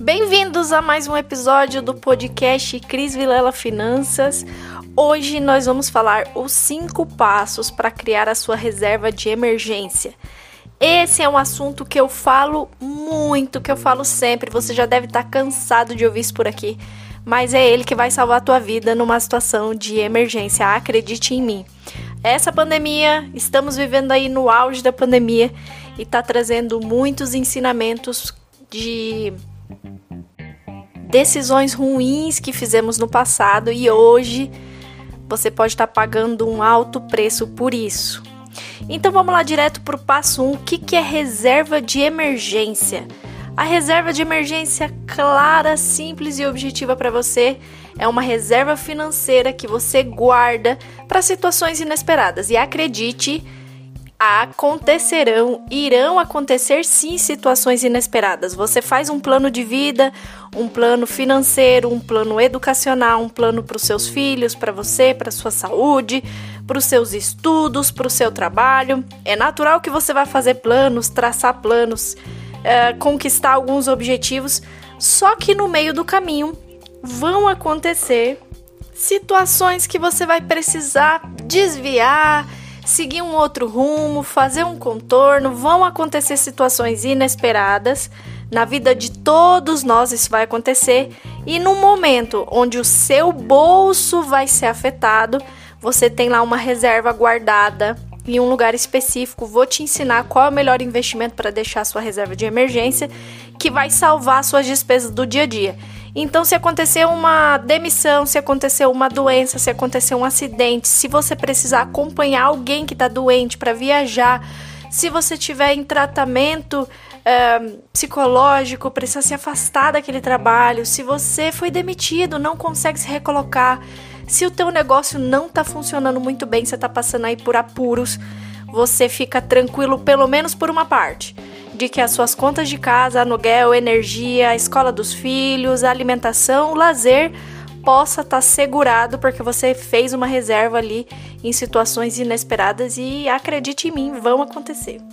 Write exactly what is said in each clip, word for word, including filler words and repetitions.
Bem-vindos a mais um episódio do podcast Cris Vilela Finanças. Hoje nós vamos falar os cinco passos para criar a sua reserva de emergência. Esse é um assunto que eu falo muito, que eu falo sempre. Você já deve estar cansado de ouvir isso por aqui, mas é ele que vai salvar a tua vida numa situação de emergência. Acredite em mim. Essa pandemia, estamos vivendo aí no auge da pandemia e está trazendo muitos ensinamentos de decisões ruins que fizemos no passado e hoje você pode estar pagando um alto preço por isso. Então vamos lá direto para o passo um. O que, que é reserva de emergência? A reserva de emergência clara, simples e objetiva para você é uma reserva financeira que você guarda para situações inesperadas. E acredite, acontecerão, irão acontecer sim situações inesperadas. Você faz um plano de vida, um plano financeiro, um plano educacional, um plano para os seus filhos, para você, para a sua saúde, para os seus estudos, para o seu trabalho. É natural que você vai fazer planos, traçar planos, é, conquistar alguns objetivos, só que no meio do caminho vão acontecer situações que você vai precisar desviar, seguir um outro rumo, fazer um contorno. Vão acontecer situações inesperadas na vida de todos nós, isso vai acontecer, e no momento onde o seu bolso vai ser afetado, você tem lá uma reserva guardada em um lugar específico. Vou te ensinar qual é o melhor investimento para deixar a sua reserva de emergência, que vai salvar suas despesas do dia a dia. Então, se acontecer uma demissão, se acontecer uma doença, se acontecer um acidente, se você precisar acompanhar alguém que está doente para viajar, se você estiver em tratamento uh, psicológico, precisa se afastar daquele trabalho, se você foi demitido, não consegue se recolocar, se o teu negócio não está funcionando muito bem, você está passando aí por apuros, você fica tranquilo pelo menos por uma parte, de que as suas contas de casa, aluguel, energia, a escola dos filhos, a alimentação, o lazer possa estar segurado porque você fez uma reserva ali em situações inesperadas e acredite em mim, vão acontecer.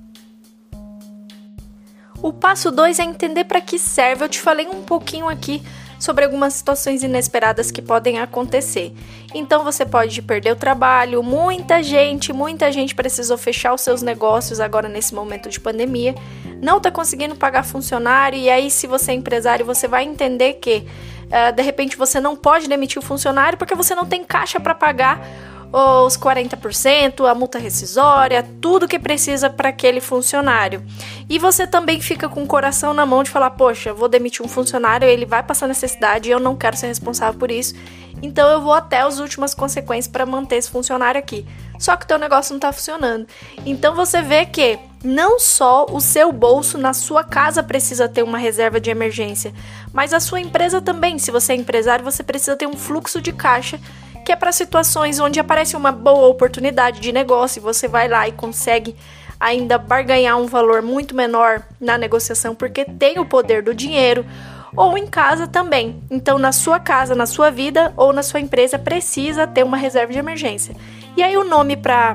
O passo dois é entender para que serve. Eu te falei um pouquinho aqui sobre algumas situações inesperadas que podem acontecer. Então você pode perder o trabalho, muita gente, muita gente precisou fechar os seus negócios agora nesse momento de pandemia, não está conseguindo pagar funcionário, e aí se você é empresário você vai entender que uh, de repente você não pode demitir o funcionário porque você não tem caixa para pagar os quarenta por cento, a multa rescisória, tudo que precisa para aquele funcionário. E você também fica com o coração na mão de falar, poxa, vou demitir um funcionário, ele vai passar necessidade e eu não quero ser responsável por isso, então eu vou até as últimas consequências para manter esse funcionário aqui. Só que o teu negócio não está funcionando. Então você vê que não só o seu bolso na sua casa precisa ter uma reserva de emergência, mas a sua empresa também. Se você é empresário, você precisa ter um fluxo de caixa que é para situações onde aparece uma boa oportunidade de negócio e você vai lá e consegue ainda barganhar um valor muito menor na negociação porque tem o poder do dinheiro, ou em casa também. Então, na sua casa, na sua vida ou na sua empresa precisa ter uma reserva de emergência. E aí o nome para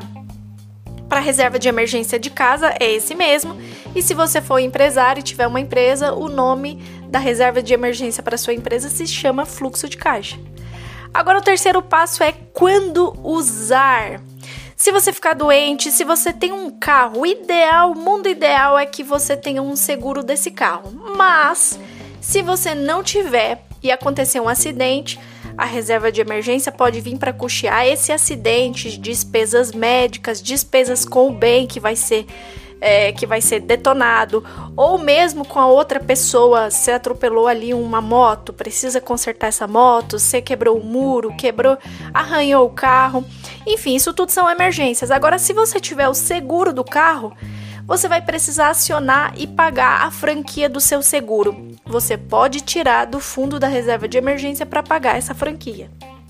para reserva de emergência de casa é esse mesmo. E se você for empresário e tiver uma empresa, o nome da reserva de emergência para sua empresa se chama fluxo de caixa. Agora o terceiro passo é quando usar. Se você ficar doente, se você tem um carro, o ideal, o mundo ideal é que você tenha um seguro desse carro. Mas se você não tiver e acontecer um acidente, a reserva de emergência pode vir para custear esse acidente, despesas médicas, despesas com o bem que vai ser É, que vai ser detonado, ou mesmo com a outra pessoa, você atropelou ali uma moto, precisa consertar essa moto, você quebrou o muro, quebrou, arranhou o carro, enfim, isso tudo são emergências. Agora, se você tiver o seguro do carro, você vai precisar acionar e pagar a franquia do seu seguro. Você pode tirar do fundo da reserva de emergência para pagar essa franquia.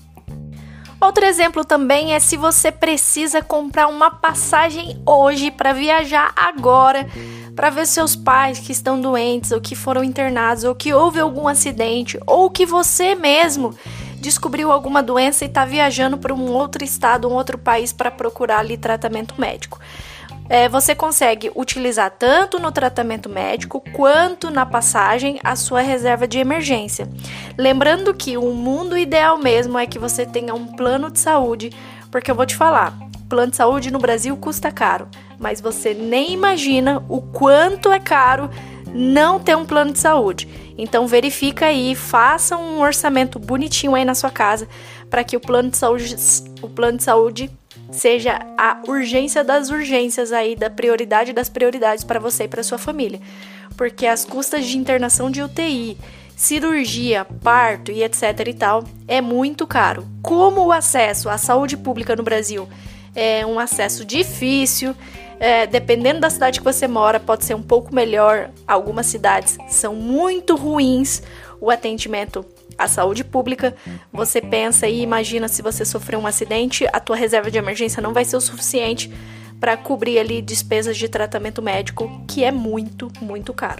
Outro exemplo também é se você precisa comprar uma passagem hoje para viajar agora, para ver seus pais que estão doentes ou que foram internados ou que houve algum acidente ou que você mesmo descobriu alguma doença e está viajando para um outro estado, um outro país para procurar ali tratamento médico. é, você consegue utilizar tanto no tratamento médico quanto na passagem a sua reserva de emergência. Lembrando que o mundo ideal mesmo é que você tenha um plano de saúde, porque eu vou te falar, plano de saúde no Brasil custa caro, mas você nem imagina o quanto é caro não ter um plano de saúde. Então verifica aí, faça um orçamento bonitinho aí na sua casa para que o plano de saúde, o plano de saúde seja a urgência das urgências aí, da prioridade das prioridades para você e para sua família. Porque as custas de internação de U T I, cirurgia, parto e etc e tal, é muito caro. Como o acesso à saúde pública no Brasil é um acesso difícil, é, dependendo da cidade que você mora, pode ser um pouco melhor. Algumas cidades são muito ruins o atendimento à saúde pública. Você pensa e imagina, se você sofrer um acidente, a tua reserva de emergência não vai ser o suficiente para cobrir ali despesas de tratamento médico, que é muito, muito caro.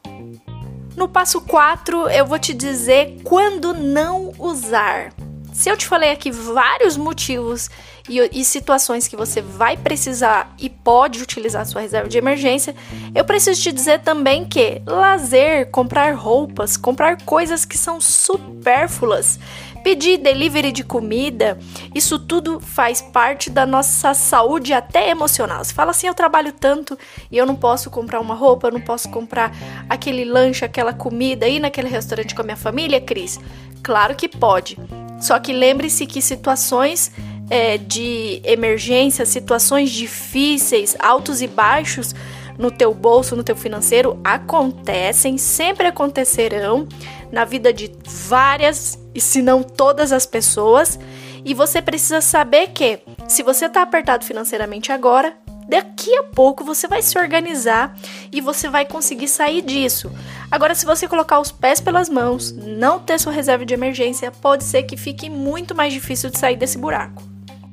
No passo quatro, eu vou te dizer quando não usar. Se eu te falei aqui vários motivos e, e situações que você vai precisar e pode utilizar a sua reserva de emergência, eu preciso te dizer também que lazer, comprar roupas, comprar coisas que são supérfluas, pedir delivery de comida, isso tudo faz parte da nossa saúde até emocional. Você fala assim, eu trabalho tanto e eu não posso comprar uma roupa, eu não posso comprar aquele lanche, aquela comida, ir naquele restaurante com a minha família, Cris? Claro que pode. Só que lembre-se que situações é, de emergência, situações difíceis, altos e baixos no teu bolso, no teu financeiro, acontecem, sempre acontecerão na vida de várias, e se não todas as pessoas. E você precisa saber que, se você está apertado financeiramente agora, daqui a pouco você vai se organizar e você vai conseguir sair disso. Agora, se você colocar os pés pelas mãos, não ter sua reserva de emergência, pode ser que fique muito mais difícil de sair desse buraco.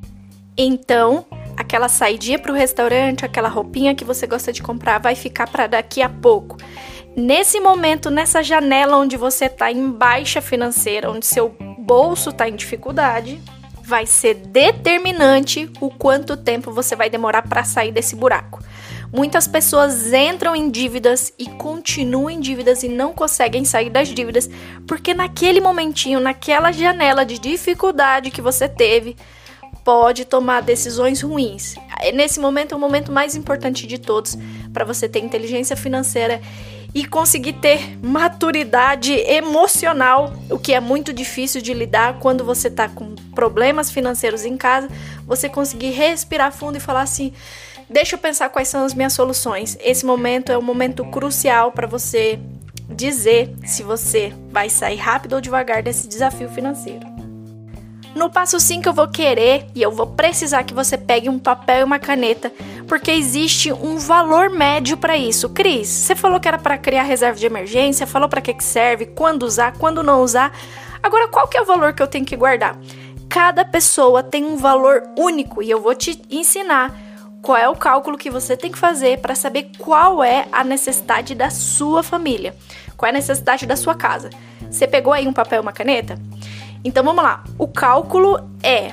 Então, aquela saidinha para o restaurante, aquela roupinha que você gosta de comprar, vai ficar para daqui a pouco. Nesse momento, nessa janela onde você está em baixa financeira, onde seu bolso está em dificuldade, vai ser determinante o quanto tempo você vai demorar para sair desse buraco. Muitas pessoas entram em dívidas e continuam em dívidas e não conseguem sair das dívidas porque naquele momentinho, naquela janela de dificuldade que você teve, pode tomar decisões ruins. Nesse momento é o momento mais importante de todos para você ter inteligência financeira e conseguir ter maturidade emocional, o que é muito difícil de lidar quando você está com problemas financeiros em casa. Você conseguir respirar fundo e falar assim, deixa eu pensar quais são as minhas soluções. Esse momento é um momento crucial para você dizer se você vai sair rápido ou devagar desse desafio financeiro. No passo cinco eu vou querer e eu vou precisar que você pegue um papel e uma caneta, porque existe um valor médio para isso. Cris, você falou que era para criar reserva de emergência, falou para que que serve, quando usar, quando não usar. Agora, qual que é o valor que eu tenho que guardar? Cada pessoa tem um valor único e eu vou te ensinar qual é o cálculo que você tem que fazer para saber qual é a necessidade da sua família, qual é a necessidade da sua casa. Você pegou aí um papel e uma caneta? Então vamos lá, o cálculo é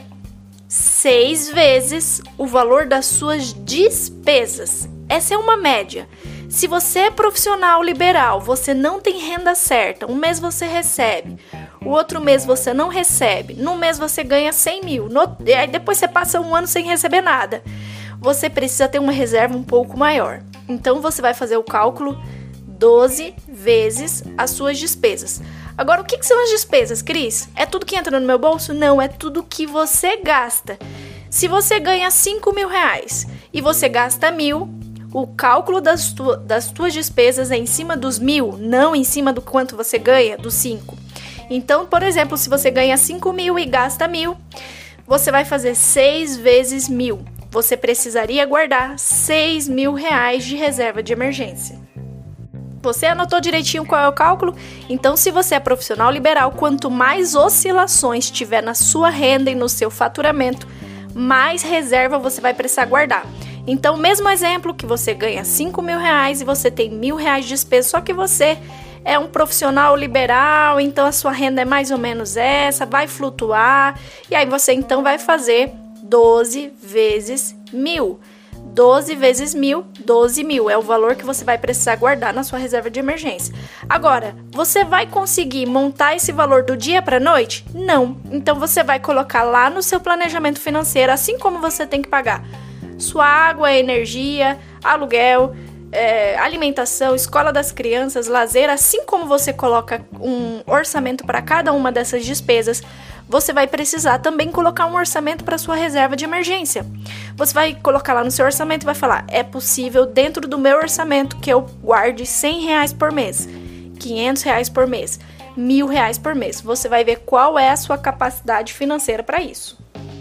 seis vezes o valor das suas despesas. Essa é uma média. Se você é profissional liberal, você não tem renda certa, um mês você recebe, o outro mês você não recebe, no mês você ganha cem mil, no, aí depois você passa um ano sem receber nada. Você precisa ter uma reserva um pouco maior. Então você vai fazer o cálculo doze vezes as suas despesas. Agora, o que, que são as despesas, Cris? É tudo que entra no meu bolso? Não, é tudo que você gasta. Se você ganha cinco mil reais e você gasta mil, o cálculo das, tu, das tuas despesas é em cima dos mil, não em cima do quanto você ganha, dos cinco. Então, por exemplo, se você ganha cinco mil e gasta mil, você vai fazer seis vezes mil. Você precisaria guardar seis mil reais de reserva de emergência. Você anotou direitinho qual é o cálculo? Então, se você é profissional liberal, quanto mais oscilações tiver na sua renda e no seu faturamento, mais reserva você vai precisar guardar. Então, mesmo exemplo que você ganha cinco mil reais e você tem mil reais de despesa, só que você é um profissional liberal, então a sua renda é mais ou menos essa, vai flutuar, e aí você então vai fazer doze vezes Mil. doze vezes mil, doze mil. É o valor que você vai precisar guardar na sua reserva de emergência. Agora, você vai conseguir montar esse valor do dia para a noite? Não. Então, você vai colocar lá no seu planejamento financeiro, assim como você tem que pagar sua água, energia, aluguel, é, alimentação, escola das crianças, lazer, assim como você coloca um orçamento para cada uma dessas despesas, você vai precisar também colocar um orçamento para sua reserva de emergência. Você vai colocar lá no seu orçamento e vai falar, é possível dentro do meu orçamento que eu guarde cem reais por mês, quinhentos reais por mês, mil reais por mês. Você vai ver qual é a sua capacidade financeira para isso.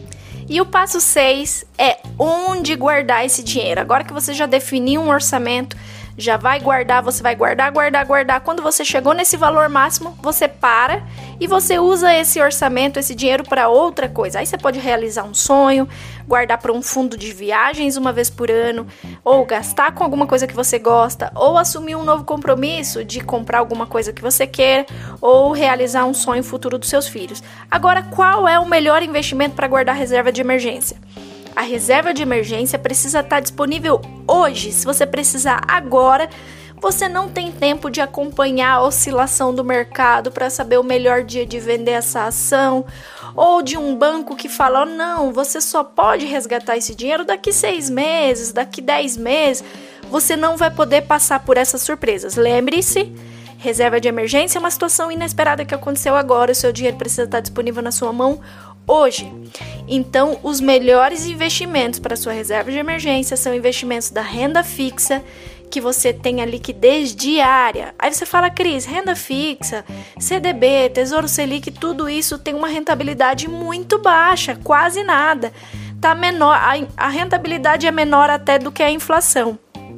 E o passo seis é onde guardar esse dinheiro. Agora que você já definiu um orçamento, já vai guardar, você vai guardar, guardar, guardar. Quando você chegou nesse valor máximo, você para e você usa esse orçamento, esse dinheiro para outra coisa. Aí você pode realizar um sonho, guardar para um fundo de viagens uma vez por ano, ou gastar com alguma coisa que você gosta, ou assumir um novo compromisso de comprar alguma coisa que você quer, ou realizar um sonho futuro dos seus filhos. Agora, qual é o melhor investimento para guardar reserva de emergência? A reserva de emergência precisa estar disponível hoje. Se você precisar agora, você não tem tempo de acompanhar a oscilação do mercado para saber o melhor dia de vender essa ação, ou de um banco que fala, oh, não, você só pode resgatar esse dinheiro daqui seis meses, daqui dez meses. Você não vai poder passar por essas surpresas. Lembre-se, reserva de emergência é uma situação inesperada que aconteceu agora. O seu dinheiro precisa estar disponível na sua mão hoje. Então, os melhores investimentos para sua reserva de emergência são investimentos da renda fixa, que você tem a liquidez diária. Aí você fala, Cris, renda fixa, C D B, Tesouro Selic, tudo isso tem uma rentabilidade muito baixa, quase nada. Tá menor, a, a rentabilidade é menor até do que a inflação.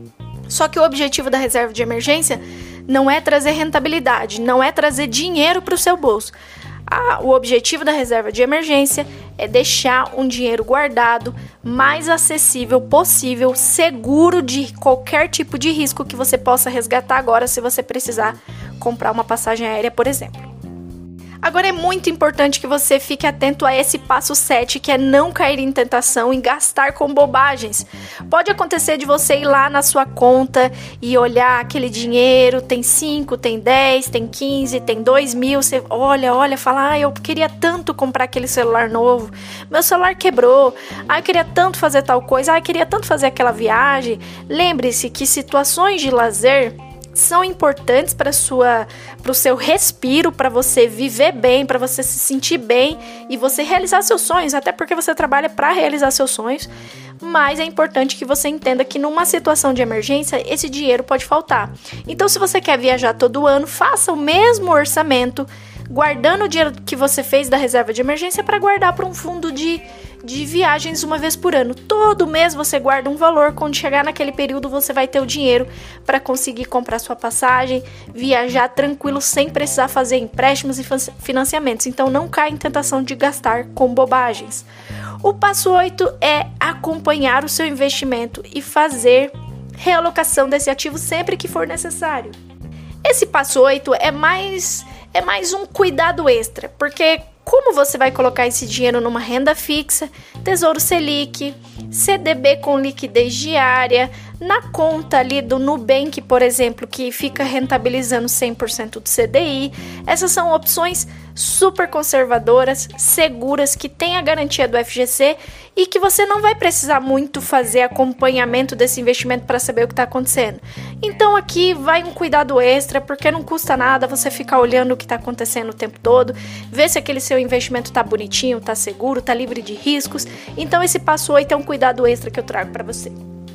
Só que o objetivo da reserva de emergência não é trazer rentabilidade, não é trazer dinheiro para o seu bolso. Ah, o objetivo da reserva de emergência é deixar um dinheiro guardado mais acessível possível, seguro de qualquer tipo de risco que você possa resgatar agora se você precisar comprar uma passagem aérea, por exemplo. Agora é muito importante que você fique atento a esse passo sete, que é não cair em tentação e gastar com bobagens. Pode acontecer de você ir lá na sua conta e olhar aquele dinheiro, tem cinco, tem dez, tem quinze, tem dois mil, você olha, olha, fala, ah, eu queria tanto comprar aquele celular novo, meu celular quebrou, ah, eu queria tanto fazer tal coisa, ah, eu queria tanto fazer aquela viagem. Lembre-se que situações de lazer são importantes para sua, para o seu respiro, para você viver bem, para você se sentir bem e você realizar seus sonhos, até porque você trabalha para realizar seus sonhos, mas é importante que você entenda que numa situação de emergência, esse dinheiro pode faltar. Então, se você quer viajar todo ano, faça o mesmo orçamento, guardando o dinheiro que você fez da reserva de emergência para guardar para um fundo de de viagens uma vez por ano. Todo mês você guarda um valor, quando chegar naquele período você vai ter o dinheiro para conseguir comprar sua passagem, viajar tranquilo sem precisar fazer empréstimos e financiamentos. Então não caia em tentação de gastar com bobagens. O passo oito é acompanhar o seu investimento e fazer realocação desse ativo sempre que for necessário. Esse passo oito é mais, é mais um cuidado extra, porque como você vai colocar esse dinheiro numa renda fixa, Tesouro Selic, C D B com liquidez diária, na conta ali do Nubank, por exemplo, que fica rentabilizando cem por cento do C D I, essas são opções super conservadoras, seguras, que têm a garantia do F G C e que você não vai precisar muito fazer acompanhamento desse investimento para saber o que está acontecendo. Então aqui vai um cuidado extra, porque não custa nada você ficar olhando o que está acontecendo o tempo todo, ver se aquele seu investimento está bonitinho, está seguro, está livre de riscos. Então esse passo oito é um cuidado extra que eu trago para você.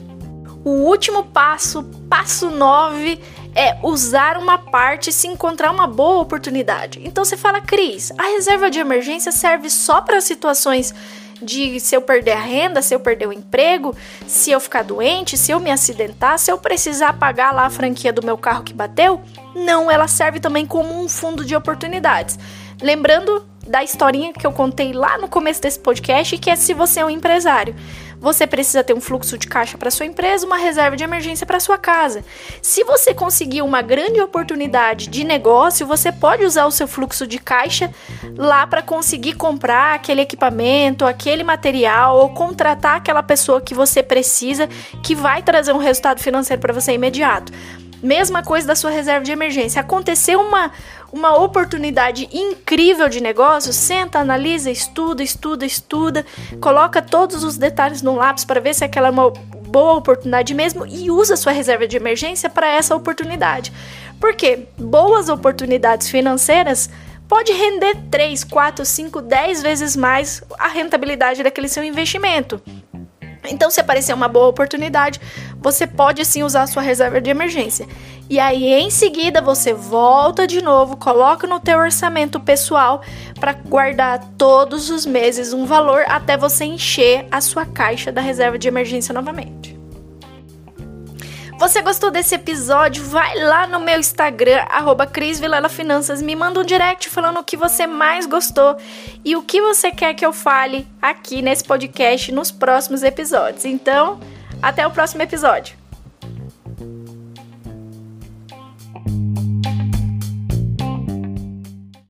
O último passo, passo nove, é usar uma parte se encontrar uma boa oportunidade. Então você fala, Cris, a reserva de emergência serve só para situações de se eu perder a renda, se eu perder o emprego, se eu ficar doente, se eu me acidentar, se eu precisar pagar lá a franquia do meu carro que bateu? Não, ela serve também como um fundo de oportunidades. Lembrando da historinha que eu contei lá no começo desse podcast, que é se você é um empresário. você precisa ter um fluxo de caixa para sua empresa, uma reserva de emergência para sua casa. Se você conseguir uma grande oportunidade de negócio, você pode usar o seu fluxo de caixa lá para conseguir comprar aquele equipamento, aquele material ou contratar aquela pessoa que você precisa, que vai trazer um resultado financeiro para você imediato. Mesma coisa da sua reserva de emergência. Aconteceu uma, uma oportunidade incrível de negócio, senta, analisa, estuda, estuda, estuda, coloca todos os detalhes no lápis para ver se aquela é uma boa oportunidade mesmo e usa a sua reserva de emergência para essa oportunidade. Porque boas oportunidades financeiras pode render três, quatro, cinco, dez vezes mais a rentabilidade daquele seu investimento. Então, se aparecer uma boa oportunidade, você pode sim usar a sua reserva de emergência. E aí, em seguida, você volta de novo, coloca no teu orçamento pessoal para guardar todos os meses um valor até você encher a sua caixa da reserva de emergência novamente. Você gostou desse episódio? Vai lá no meu Instagram, arroba Cris Vilela Finanças, me manda um direct falando o que você mais gostou e o que você quer que eu fale aqui nesse podcast nos próximos episódios. Então, até o próximo episódio.